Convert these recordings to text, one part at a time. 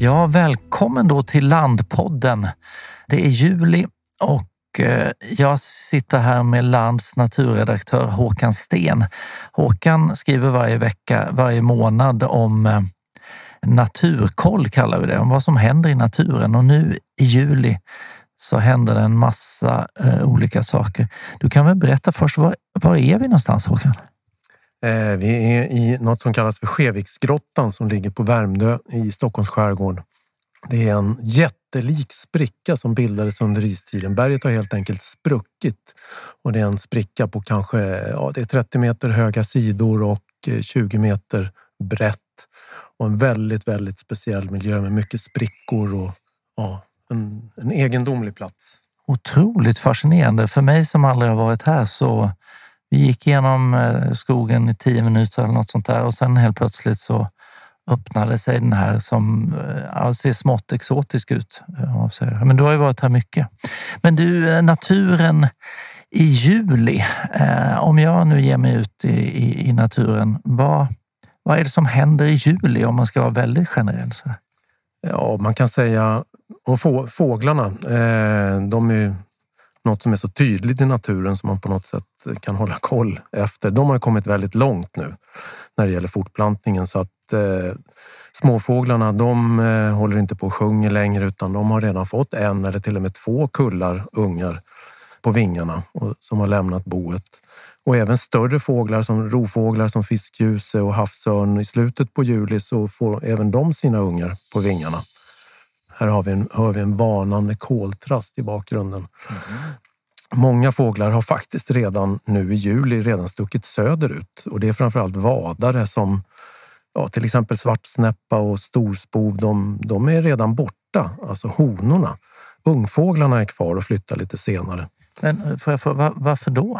Ja, välkommen då till Landpodden. Det är juli och jag sitter här med Lands naturredaktör Håkan Sten. Håkan skriver varje månad om naturkoll kallar vi det, om vad som händer i naturen. Och nu i juli så händer det en massa olika saker. Du kan väl berätta först, var är vi någonstans, Håkan? Vi är i något som kallas för Skeviksgrottan som ligger på Värmdö i Stockholms skärgård. Det är en jättelik spricka som bildades under istiden. Berget har helt enkelt spruckit och det är en spricka på kanske det är 30 meter höga sidor och 20 meter brett. Och en väldigt, väldigt speciell miljö med mycket sprickor och en egendomlig plats. Otroligt fascinerande. För mig som aldrig har varit här så vi gick igenom skogen i 10 minuter eller något sånt där och sen helt plötsligt så öppnade sig den här som ser smått exotisk ut. Men du har ju varit här mycket. Men du, naturen i juli. Om jag nu ger mig ut i naturen, vad är det som händer i juli om man ska vara väldigt generell? Så? Ja, man kan säga, och fåglarna, de är ju något som är så tydligt i naturen som man på något sätt kan hålla koll efter. De har kommit väldigt långt nu när det gäller fortplantningen så att småfåglarna de håller inte på och sjunger längre utan de har redan fått 1 eller till och med 2 kullar ungar på vingarna som har lämnat boet. Och även större fåglar som rovfåglar som fiskgjuse och havsörn i slutet på juli så får även de sina ungar på vingarna. Här hör vi en varnande koltrast i bakgrunden. Många fåglar har faktiskt redan nu i juli redan stuckit söderut. Och det är framförallt vadare som till exempel svartsnäppa och storspov. De är redan borta, alltså honorna. Ungfåglarna är kvar och flyttar lite senare. Men får jag fråga, varför då?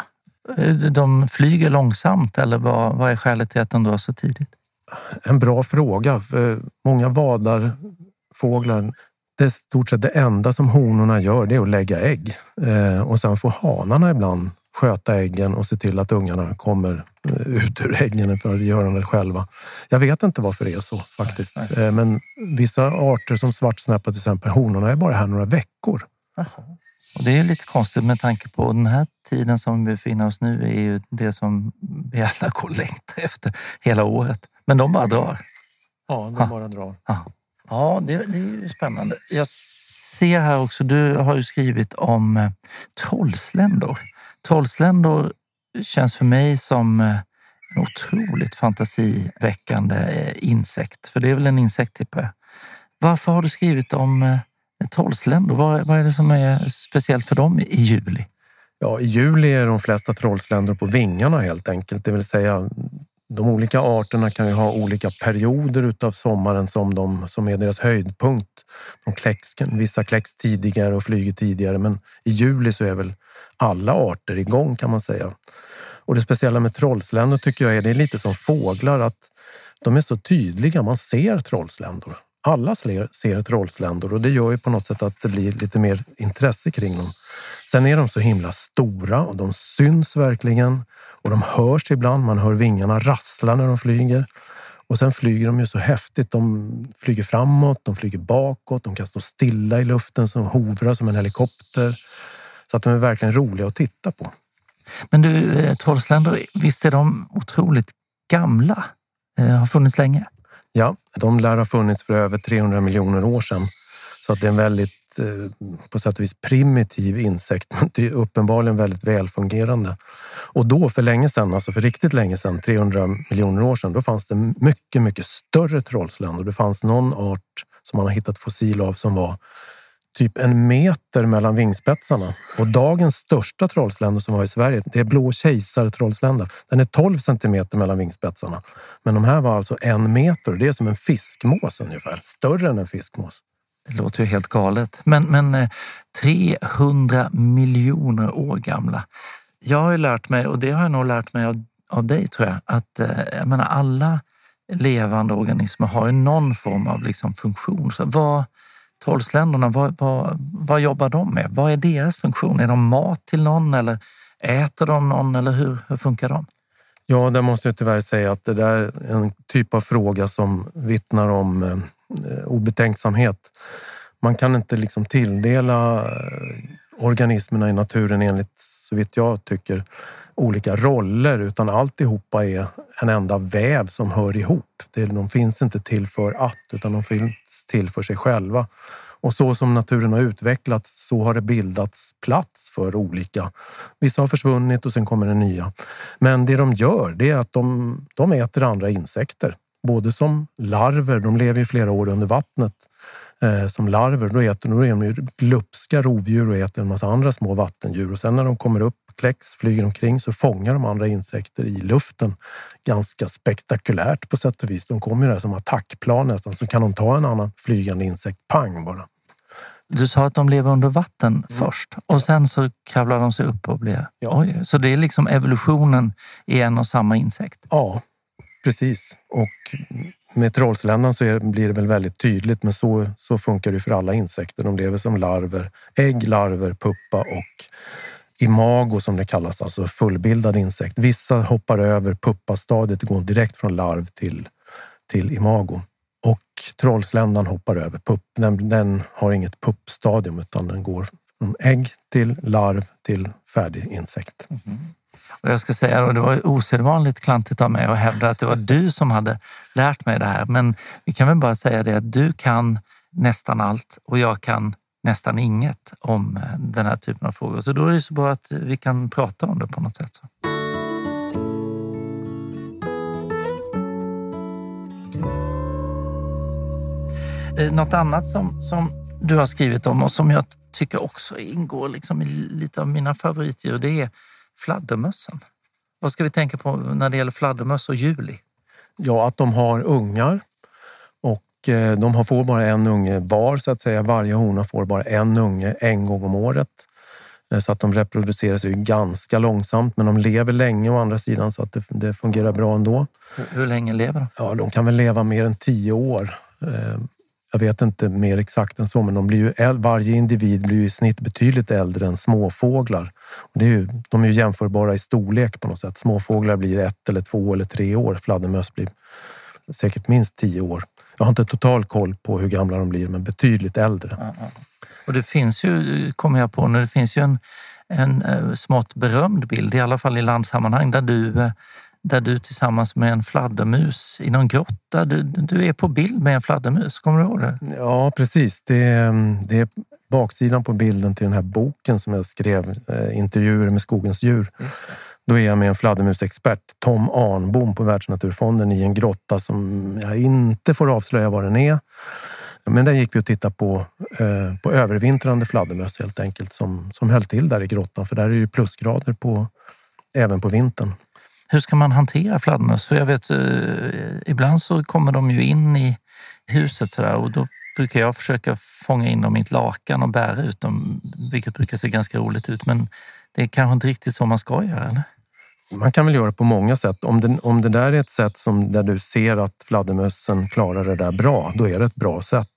De flyger långsamt eller vad är skälet till att de drar så tidigt? En bra fråga. För många vadarfåglar, det är stort sett det enda som honorna gör, det är att lägga ägg. Och sen får hanarna ibland sköta äggen och se till att ungarna kommer ut ur äggen för att göra det själva. Jag vet inte varför det är så faktiskt. Nej. Men vissa arter som svartsnäppa till exempel, honorna är bara här några veckor. Aha. Och det är lite konstigt med tanke på den här tiden som vi befinner oss nu är ju det som vi alla går längtar efter hela året. Men de bara drar. Ja, de bara drar. Ja, det är ju spännande. Jag ser här också, du har ju skrivit om trollsländor. Trollsländor känns för mig som en otroligt fantasiväckande insekt. För det är väl en insekt tippar jag. Varför har du skrivit om trollsländor? Vad är det som är speciellt för dem i juli? Ja, i juli är de flesta trollsländor på vingarna helt enkelt. Det vill säga, de olika arterna kan ju ha olika perioder utav sommaren som är deras höjdpunkt. Vissa kläcks tidigare och flyger tidigare, men i juli så är väl alla arter igång kan man säga. Och det speciella med trollsländor tycker jag är det är lite som fåglar att de är så tydliga, man ser trollsländor. Alla ser trollsländor och det gör ju på något sätt att det blir lite mer intresse kring dem. Sen är de så himla stora och de syns verkligen och de hörs ibland. Man hör vingarna rassla när de flyger. Och sen flyger de ju så häftigt. De flyger framåt, de flyger bakåt. De kan stå stilla i luften som hovrar som en helikopter. Så att de är verkligen roliga att titta på. Men du, trollsländor, visst är de otroligt gamla? Har funnits länge? Ja, de lär ha funnits för över 300 miljoner år sedan. Så att det är en väldigt, på sätt och vis primitiv insekt. Men det är uppenbarligen väldigt välfungerande. Och då för länge sedan, alltså för riktigt länge sedan, 300 miljoner år sedan, då fanns det mycket, mycket större trollsländor. Det fanns någon art som man har hittat fossil av som var typ 1 meter mellan vingspetsarna. Och dagens största trollsländor som var i Sverige, det är blå kejsartrollslända. Den är 12 centimeter mellan vingspetsarna. Men de här var alltså 1 meter. Det är som en fiskmås ungefär. Större än en fiskmås. Det låter ju helt galet. Men 300 miljoner år gamla. Jag har ju lärt mig, och det har jag nog lärt mig av dig tror jag, att jag menar, alla levande organismer har ju någon form av liksom funktion. Så trollsländorna, vad jobbar de med? Vad är deras funktion? Är de mat till någon eller äter de någon eller hur funkar de? Ja, där måste jag tyvärr säga att det där är en typ av fråga som vittnar om obetänksamhet. Man kan inte liksom tilldela organismerna i naturen enligt, så vitt jag tycker, olika roller, utan alltihopa är en enda väv som hör ihop. De finns inte till för att, utan de finns till för sig själva. Och så som naturen har utvecklats så har det bildats plats för olika. Vissa har försvunnit och sen kommer det nya. Men det de gör, det är att de äter andra insekter. Både som larver, de lever i flera år under vattnet. Som larver, då är de ju glupska rovdjur och äter en massa andra små vattendjur. Och sen när de kommer upp, kläcks, flyger omkring, så fångar de andra insekter i luften. Ganska spektakulärt på sätt och vis. De kommer ju där som attackplan nästan, så kan de ta en annan flygande insekt, pang bara. Du sa att de lever under vatten först och sen så kravlar de sig upp och blir... Ja. Oj, så det är liksom evolutionen i en och samma insekt? Ja, precis. Och med trollsländan så blir det väl väldigt tydligt, men så funkar det för alla insekter. De lever som larver, ägg, larver, puppa och imago som det kallas, alltså fullbildad insekt. Vissa hoppar över puppastadiet och går direkt från larv till imago. Och trollsländan hoppar över pupp. Den har inget puppstadium, utan den går från ägg till larv till färdig insekt. Mm. Och jag ska säga att det var osedvanligt klantigt av mig att hävda att det var du som hade lärt mig det här. Men vi kan väl bara säga det att du kan nästan allt och jag kan nästan inget om den här typen av frågor. Så då är det så bra att vi kan prata om det på något sätt. Så. Något annat som du har skrivit om och som jag tycker också ingår liksom i lite av mina favoritdjur, det är fladdermössen. Vad ska vi tänka på när det gäller fladdermöss och juli? Ja, att de har ungar och de får bara en unge var så att säga. Varje hona får bara en unge en gång om året. Så att de reproducerar sig ganska långsamt, men de lever länge å andra sidan så att det fungerar bra ändå. Hur länge lever de? Ja, de kan väl leva mer än 10 år. Jag vet inte mer exakt än så, men varje individ blir ju i snitt betydligt äldre än småfåglar. Och de är ju jämförbara i storlek på något sätt. Småfåglar blir 1 eller 2 eller 3 år. Fladdermöss blir säkert minst 10 år. Jag har inte total koll på hur gamla de blir, men betydligt äldre. Ja. Och det finns ju, kommer jag på nu, det finns ju en smått berömd bild, i alla fall i landsammanhang, där du tillsammans med en fladdermus i någon grotta, du är på bild med en fladdermus, kommer du ihåg det? Ja, precis. Det är baksidan på bilden till den här boken som jag skrev, intervjuer med skogens djur. Då är jag med en fladdermusexpert, Tom Arnbom på Världsnaturfonden, i en grotta som jag inte får avslöja vad den är. Men den gick vi och tittade på övervintrande fladdermöss helt enkelt som höll till där i grottan, för där är det ju plusgrader även på vintern. Hur ska man hantera fladdermöss? För jag vet, ibland så kommer de ju in i huset sådär, och då brukar jag försöka fånga in dem i ett lakan och bära ut dem, vilket brukar se ganska roligt ut. Men det är kanske inte riktigt så man ska göra, eller? Man kan väl göra på många sätt. Om det där är ett sätt där du ser att fladdermössen klarar det där bra, då är det ett bra sätt.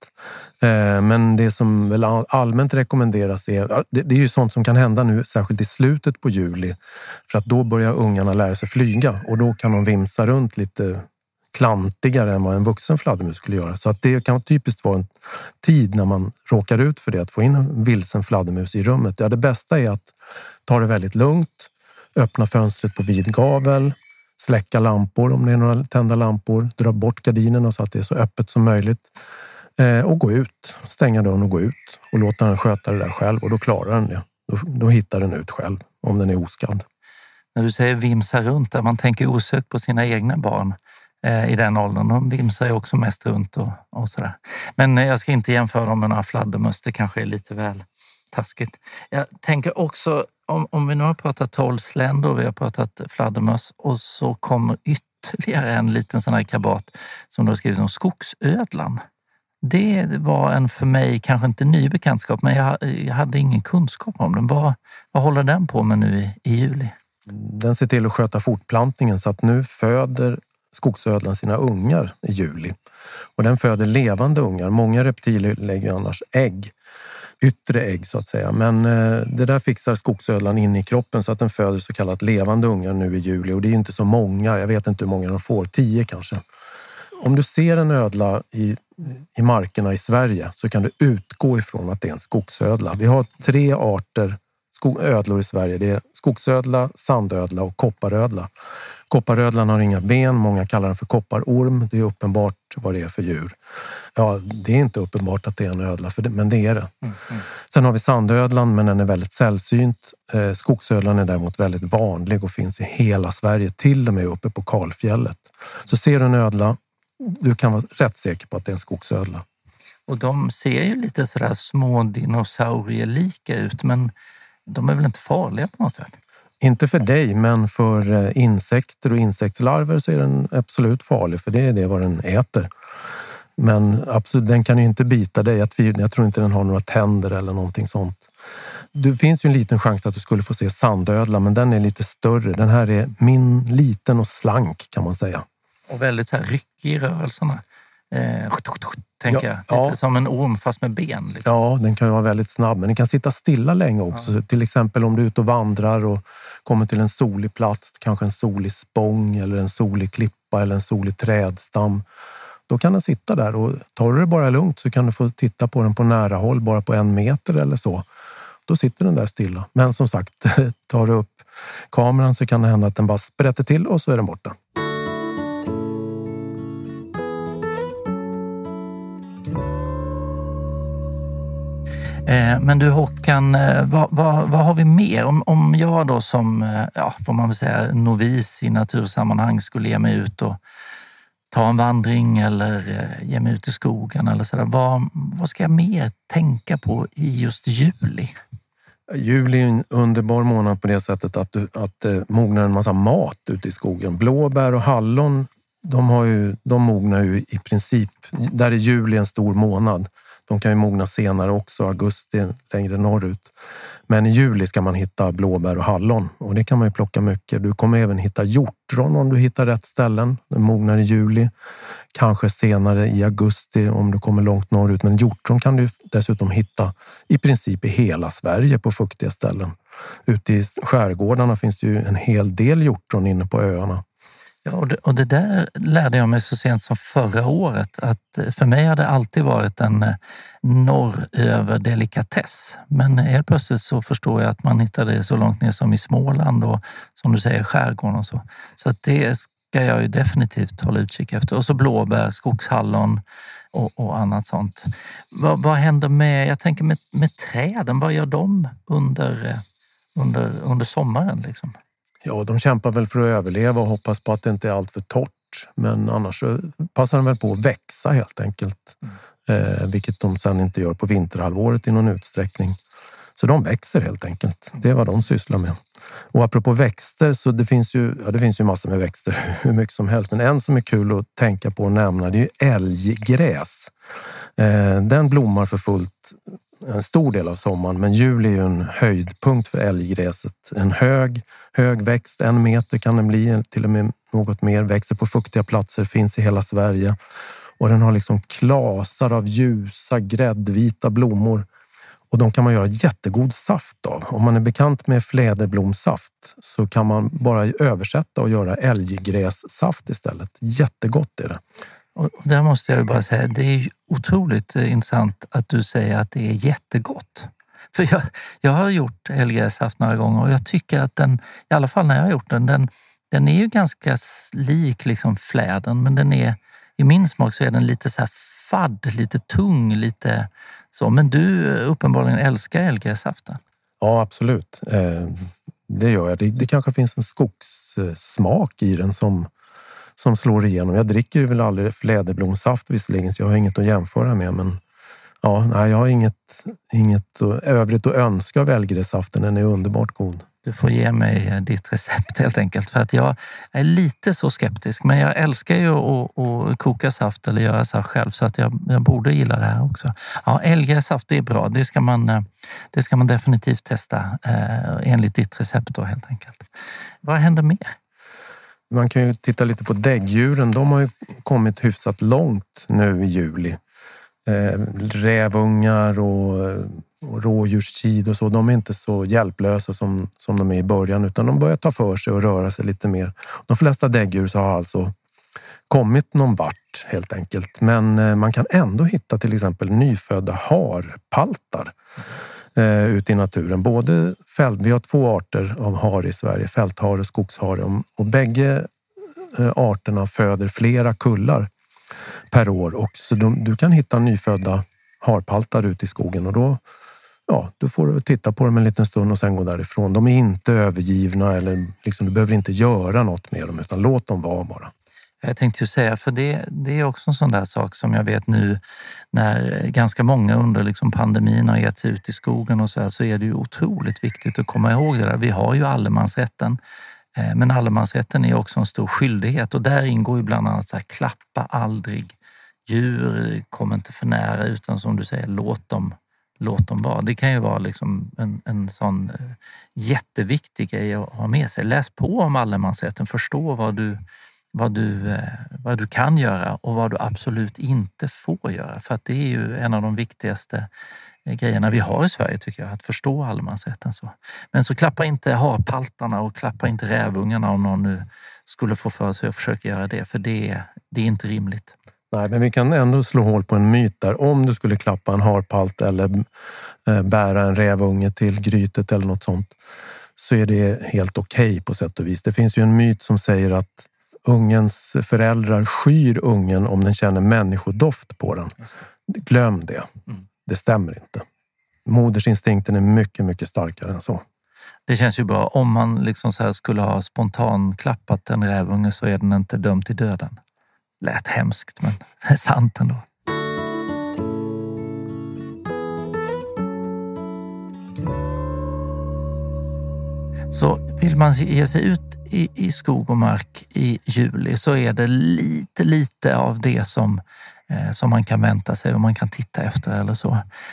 Men det som väl allmänt rekommenderas är, det är ju sånt som kan hända nu, särskilt i slutet på juli. För att då börjar ungarna lära sig flyga och då kan de vimsa runt lite klantigare än vad en vuxen fladdermus skulle göra. Så att det kan typiskt vara en tid när man råkar ut för det, att få in en vilsen fladdermus i rummet. Ja, det bästa är att ta det väldigt lugnt, öppna fönstret på vid gavel, släcka lampor om det är några tända lampor, dra bort gardinerna så att det är så öppet som möjligt och gå ut, stänga dörren och gå ut och låta den sköta det där själv, och då klarar den det. Då hittar den ut själv om den är oskadd. När du säger vimsa runt, där man tänker osökt på sina egna barn i den åldern. De vimsar ju också mest runt och sådär. Men jag ska inte jämföra dem med några fladdermöss, det kanske är lite väl taskigt. Jag tänker också, om vi nu har pratat trollsländor, vi har pratat fladdermöss, och så kommer ytterligare en liten sån här krabat som du har skrivit om, skogsödlan. Det var en för mig kanske inte ny bekantskap, men jag hade ingen kunskap om den. Vad håller den på med nu i juli? Den ser till att sköta fortplantningen, så att nu föder skogsödlan sina ungar i juli. Och den föder levande ungar. Många reptiler lägger annars ägg. Yttre ägg så att säga. Men det där fixar skogsödlan in i kroppen så att den föder så kallat levande ungar nu i juli. Och det är inte så många, jag vet inte hur många de får, 10 kanske. om du ser en ödla i markerna i Sverige så kan du utgå ifrån att det är en skogsödla. Vi har 3 arter ödlor i Sverige. Det är skogsödla, sandödla och kopparödla. Kopparödlan har inga ben, många kallar den för kopparorm. Det är uppenbart vad det är för djur. Ja, det är inte uppenbart att det är en ödla, men det är det. Sen har vi sandödlan, men den är väldigt sällsynt. Skogsödlan är däremot väldigt vanlig och finns i hela Sverige, till och med uppe på Kalfjället. Så ser du en ödla, du kan vara rätt säker på att det är en skogsödla. Och de ser ju lite sådär små dinosaurielika ut, men de är väl inte farliga på något sätt? Inte för dig, men för insekter och insektslarver så är den absolut farlig, för det är det vad den äter. Men absolut, den kan ju inte bita dig. Jag tror inte den har några tänder eller någonting sånt. Det finns ju en liten chans att du skulle få se sandödla, men den är lite större. Den här är liten och slank, kan man säga. Och väldigt så här ryckig i rörelserna. Tänker jag. Lite som en orm fast med ben. Liksom. Ja, den kan ju vara väldigt snabb, men den kan sitta stilla länge också. Ja. Till exempel om du är ute och vandrar och kommer till en solig plats, kanske en solig spång eller en solig klippa eller en solig trädstam. Då kan den sitta där, och tar du det bara lugnt så kan du få titta på den på nära håll, bara på 1 meter eller så. Då sitter den där stilla. Men som sagt, tar du upp kameran så kan det hända att den bara sprätter till och så är den borta. Men du Håkan, vad har vi mer? Om jag då som, får man väl säga, novis i natursammanhang skulle ge mig ut och ta en vandring eller ge mig ut i skogen eller sådär. Vad ska jag mer tänka på i just juli? Juli är en underbar månad på det sättet att det mognar en massa mat ute i skogen. Blåbär och hallon, de mognar ju i princip, där är juli en stor månad. De kan ju mogna senare också, augusti längre norrut. Men i juli ska man hitta blåbär och hallon, och det kan man ju plocka mycket. Du kommer även hitta hjortron om du hittar rätt ställen. Den mognar i juli, kanske senare i augusti om du kommer långt norrut. Men hjortron kan du dessutom hitta i princip i hela Sverige på fuktiga ställen. Ute i skärgårdarna finns det ju en hel del hjortron inne på öarna. Ja, och det där lärde jag mig så sent som förra året, att för mig har det alltid varit en norröver delikatess. Men helt plötsligt så förstår jag att man hittar det så långt ner som i Småland och som du säger skärgården och så. Så att det ska jag ju definitivt hålla utkik efter. Och så blåbär, skogshallon och annat sånt. Vad händer med, jag tänker med träden, vad gör de under sommaren liksom? Ja, de kämpar väl för att överleva och hoppas på att det inte är allt för torrt. Men annars så passar de väl på att växa helt enkelt. Vilket de sen inte gör på vinterhalvåret i någon utsträckning. Så de växer helt enkelt. Det är vad de sysslar med. Och apropå växter, så det finns ju massor med växter hur mycket som helst. Men en som är kul att tänka på och nämna, det är ju älggräs. Den blommar för fullt en stor del av sommaren, men juli är ju en höjdpunkt för älggräset. En hög växt, 1 meter kan den bli, till och med något mer, växer på fuktiga platser, finns i hela Sverige. Och den har liksom klasar av ljusa, gräddvita blommor. Och de kan man göra jättegod saft av. Om man är bekant med fläderblomsaft så kan man bara översätta och göra älggrässaft istället. Jättegott är det. Och där måste jag ju bara säga, det är ju otroligt intressant att du säger att det är jättegott. För jag har gjort älggrässaft några gånger och jag tycker att den, i alla fall när jag har gjort den är ju ganska lik liksom flädern, men den är, i min smak så är den lite så här fadd, lite tung, lite så. Men du uppenbarligen älskar älggrässaften. Ja, absolut. Det gör jag. Det kanske finns en skogssmak i den som slår igenom. Jag dricker väl aldrig fläderblomsaft visserligen, så jag har inget att jämföra med. Men ja, nej, jag har inget övrigt att önska av älggrässaften. Den är underbart god. Du får ge mig ditt recept helt enkelt, för att jag är lite så skeptisk. Men jag älskar ju att koka saft eller göra saft själv, så att jag borde gilla det här också. Ja, älggrässaft, det är bra. Det ska man definitivt testa enligt ditt recept då helt enkelt. Vad händer mer? Man kan ju titta lite på däggdjuren. De har ju kommit hyfsat långt nu i juli. Rävungar och rådjurskid och så, de är inte så hjälplösa som de är i början, utan de börjar ta för sig och röra sig lite mer. De flesta däggdjur så har alltså kommit någon vart helt enkelt. Men man kan ändå hitta till exempel nyfödda harpaltar ute i naturen. Vi har 2 arter av hare i Sverige, fälthare och skogshare. Och bägge arterna föder flera kullar per år. Och så du kan hitta nyfödda harpaltar ute i skogen och då får du titta på dem en liten stund och sen gå därifrån. De är inte övergivna eller liksom, du behöver inte göra något med dem utan låt dem vara bara. Jag tänkte ju säga, för det är också en sån där sak som jag vet nu när ganska många under liksom pandemin har gett sig ut i skogen och så är det ju otroligt viktigt att komma ihåg det där. Vi har ju allemansrätten, men allemansrätten är också en stor skyldighet och där ingår ju bland annat så här, klappa aldrig djur, kom inte för nära utan som du säger, låt dem vara. Det kan ju vara liksom en sån jätteviktig grej att ha med sig. Läs på om allemansrätten, förstå vad du kan göra och vad du absolut inte får göra. För att det är ju en av de viktigaste grejerna vi har i Sverige tycker jag, att förstå allemansrätten så. Men så klappa inte harpaltarna och klappa inte rävungarna om någon nu skulle få för sig att försöka göra det, för det är inte rimligt. Nej, men vi kan ändå slå hål på en myt där. Om du skulle klappa en harpalt eller bära en rävunge till grytet eller något sånt så är det helt okej på sätt och vis. Det finns ju en myt som säger att ungens föräldrar skyr ungen om den känner människodoft på den. Glöm det. Det stämmer inte. Modersinstinkten är mycket, mycket starkare än så. Det känns ju bra. Om man liksom så här skulle ha spontan klappat en rävunge så är den inte dömd till döden. Lät hemskt, men det är sant ändå. Så vill man ge sig ut i skog och mark i juli så är det lite av det som man kan vänta sig och man kan titta efter eller så.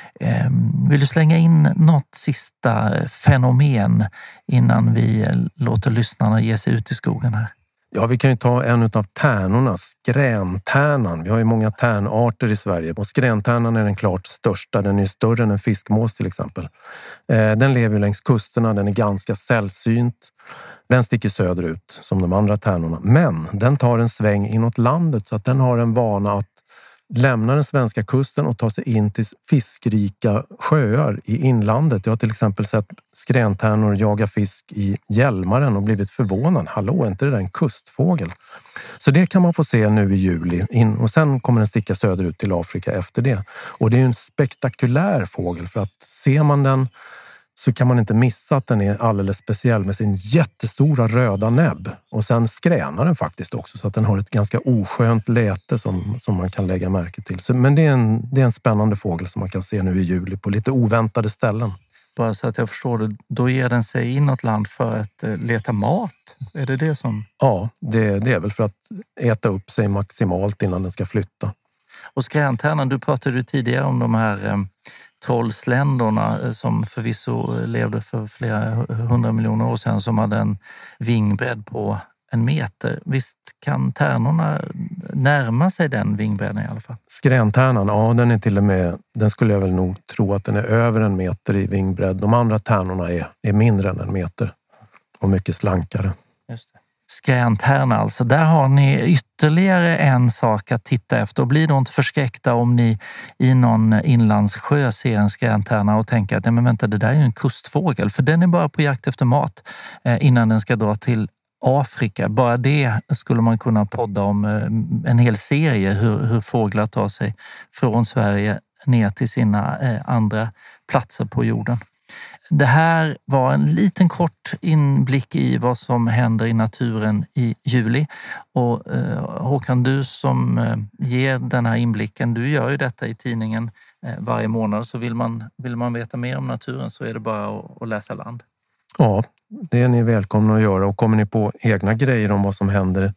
Vill du slänga in något sista fenomen innan vi låter lyssnarna ge sig ut i skogen här? Ja, vi kan ju ta en av tärnorna, skräntärnan. Vi har ju många tärnarter i Sverige och skräntärnan är den klart största. Den är större än en fiskmås till exempel. Den lever ju längs kusterna, den är ganska sällsynt. Den sticker söderut som de andra tärnorna. Men den tar en sväng inåt landet så att den har en vana att lämna den svenska kusten och ta sig in till fiskrika sjöar i inlandet. Jag har till exempel sett skräntärnor jaga fisk i Hjälmaren och blivit förvånad. Hallå, är inte det där en kustfågel? Så det kan man få se nu i juli och sen kommer den sticka söderut till Afrika efter det. Och det är ju en spektakulär fågel för att ser man den så kan man inte missa att den är alldeles speciell med sin jättestora röda näbb. Och sen skränar den faktiskt också så att den har ett ganska oskönt läte som man kan lägga märke till. Men det är en spännande fågel som man kan se nu i juli på lite oväntade ställen. Bara så att jag förstår det, då ger den sig inåt land för att leta mat? Är det som... Ja, det är väl för att äta upp sig maximalt innan den ska flytta. Och skräntärnan, du pratade ju tidigare om de här trollsländorna som förvisso levde för flera 100 miljoner år sedan som hade en vingbredd på 1 meter. Visst kan tärnorna närma sig den vingbredden i alla fall? Skräntärnan, ja den är till och med, den skulle jag väl nog tro att den är över 1 meter i vingbredd. De andra tärnorna är mindre än 1 meter och mycket slankare. Just det. Skräntärna alltså, där har ni ytterligare en sak att titta efter och blir då inte förskräckta om ni i någon inlandssjö ser en skräntärna och tänker att nej men vänta, det där är ju en kustfågel för den är bara på jakt efter mat innan den ska dra till Afrika. Bara det skulle man kunna podda om en hel serie hur fåglar tar sig från Sverige ner till sina andra platser på jorden. Det här var en liten kort inblick i vad som händer i naturen i juli. Och Håkan, du som ger den här inblicken, du gör ju detta i tidningen varje månad. Så vill man veta mer om naturen så är det bara att läsa Land. Ja, det är ni välkomna att göra. Och kommer ni på egna grejer om vad som händer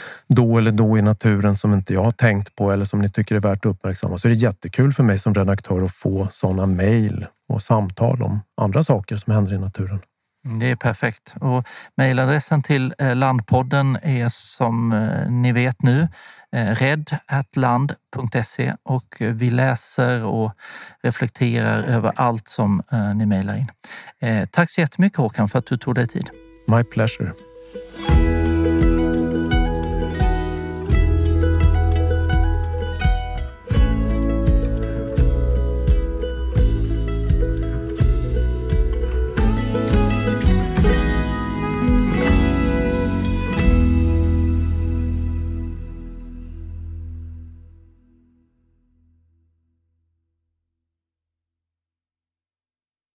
då eller då i naturen som inte jag har tänkt på eller som ni tycker är värt att uppmärksamma så är det jättekul för mig som redaktör att få sådana mejl och samtal om andra saker som händer i naturen. Det är perfekt. Och mejladressen till Landpodden är som ni vet nu red@land.se och vi läser och reflekterar över allt som ni mejlar in. Tack så jättemycket Håkan för att du tog dig tid. My pleasure.